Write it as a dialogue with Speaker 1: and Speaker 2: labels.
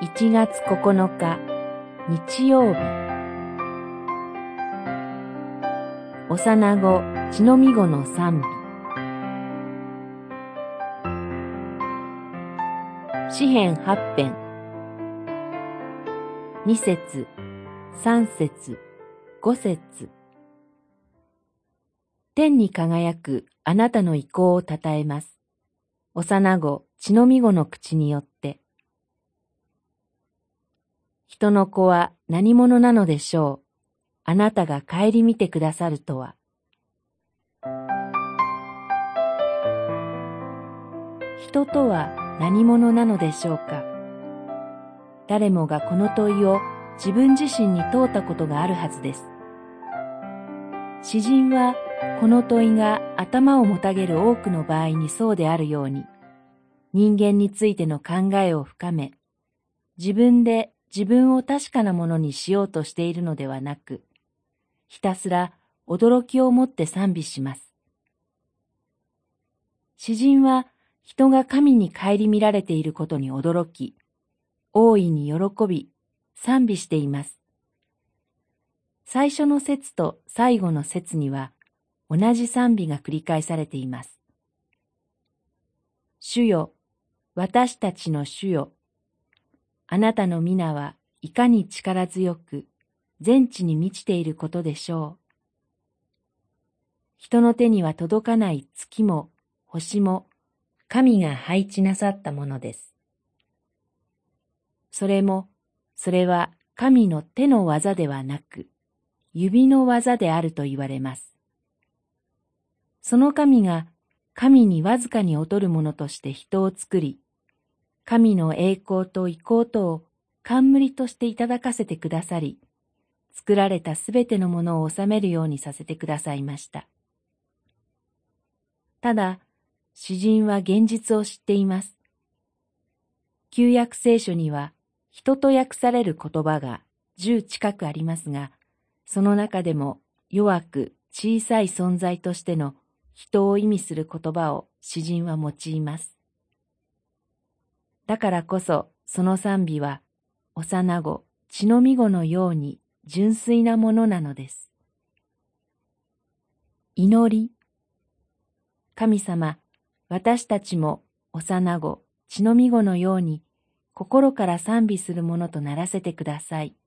Speaker 1: 1月9日日曜日。幼子乳飲み子の賛美。詩編8編2節3節5節。天に輝くあなたの意向をたたえます。幼子乳飲み子の口によって。人の子は何者なのでしょう。あなたが顧みてくださるとは。人とは何者なのでしょうか。誰もがこの問いを自分自身に問うたことがあるはずです。詩人はこの問いが頭をもたげる多くの場合にそうであるように、人間についての考えを深め、自分で自分を確かなものにしようとしているのではなく、ひたすら驚きをもって賛美します。詩人は人が神に顧みられていることに驚き、大いに喜び、賛美しています。最初の節と最後の節には同じ賛美が繰り返されています。主よ、私たちの主よ。あなたの皆はいかに力強く、全地に満ちていることでしょう。人の手には届かない月も星も神が配置なさったものです。それは神の手の技ではなく、指の技であると言われます。その神が神にわずかに劣るものとして人を作り、神の栄光と意向とを冠としていただかせてくださり、作られたすべてのものを治めるようにさせてくださいました。ただ、詩人は現実を知っています。旧約聖書には、人と訳される言葉が10近くありますが、その中でも弱く小さい存在としての人を意味する言葉を詩人は用います。だからこそその賛美は幼子、乳飲み子のように純粋なものなのです。祈り。神様、私たちも幼子、乳飲み子のように心から賛美するものとならせてください。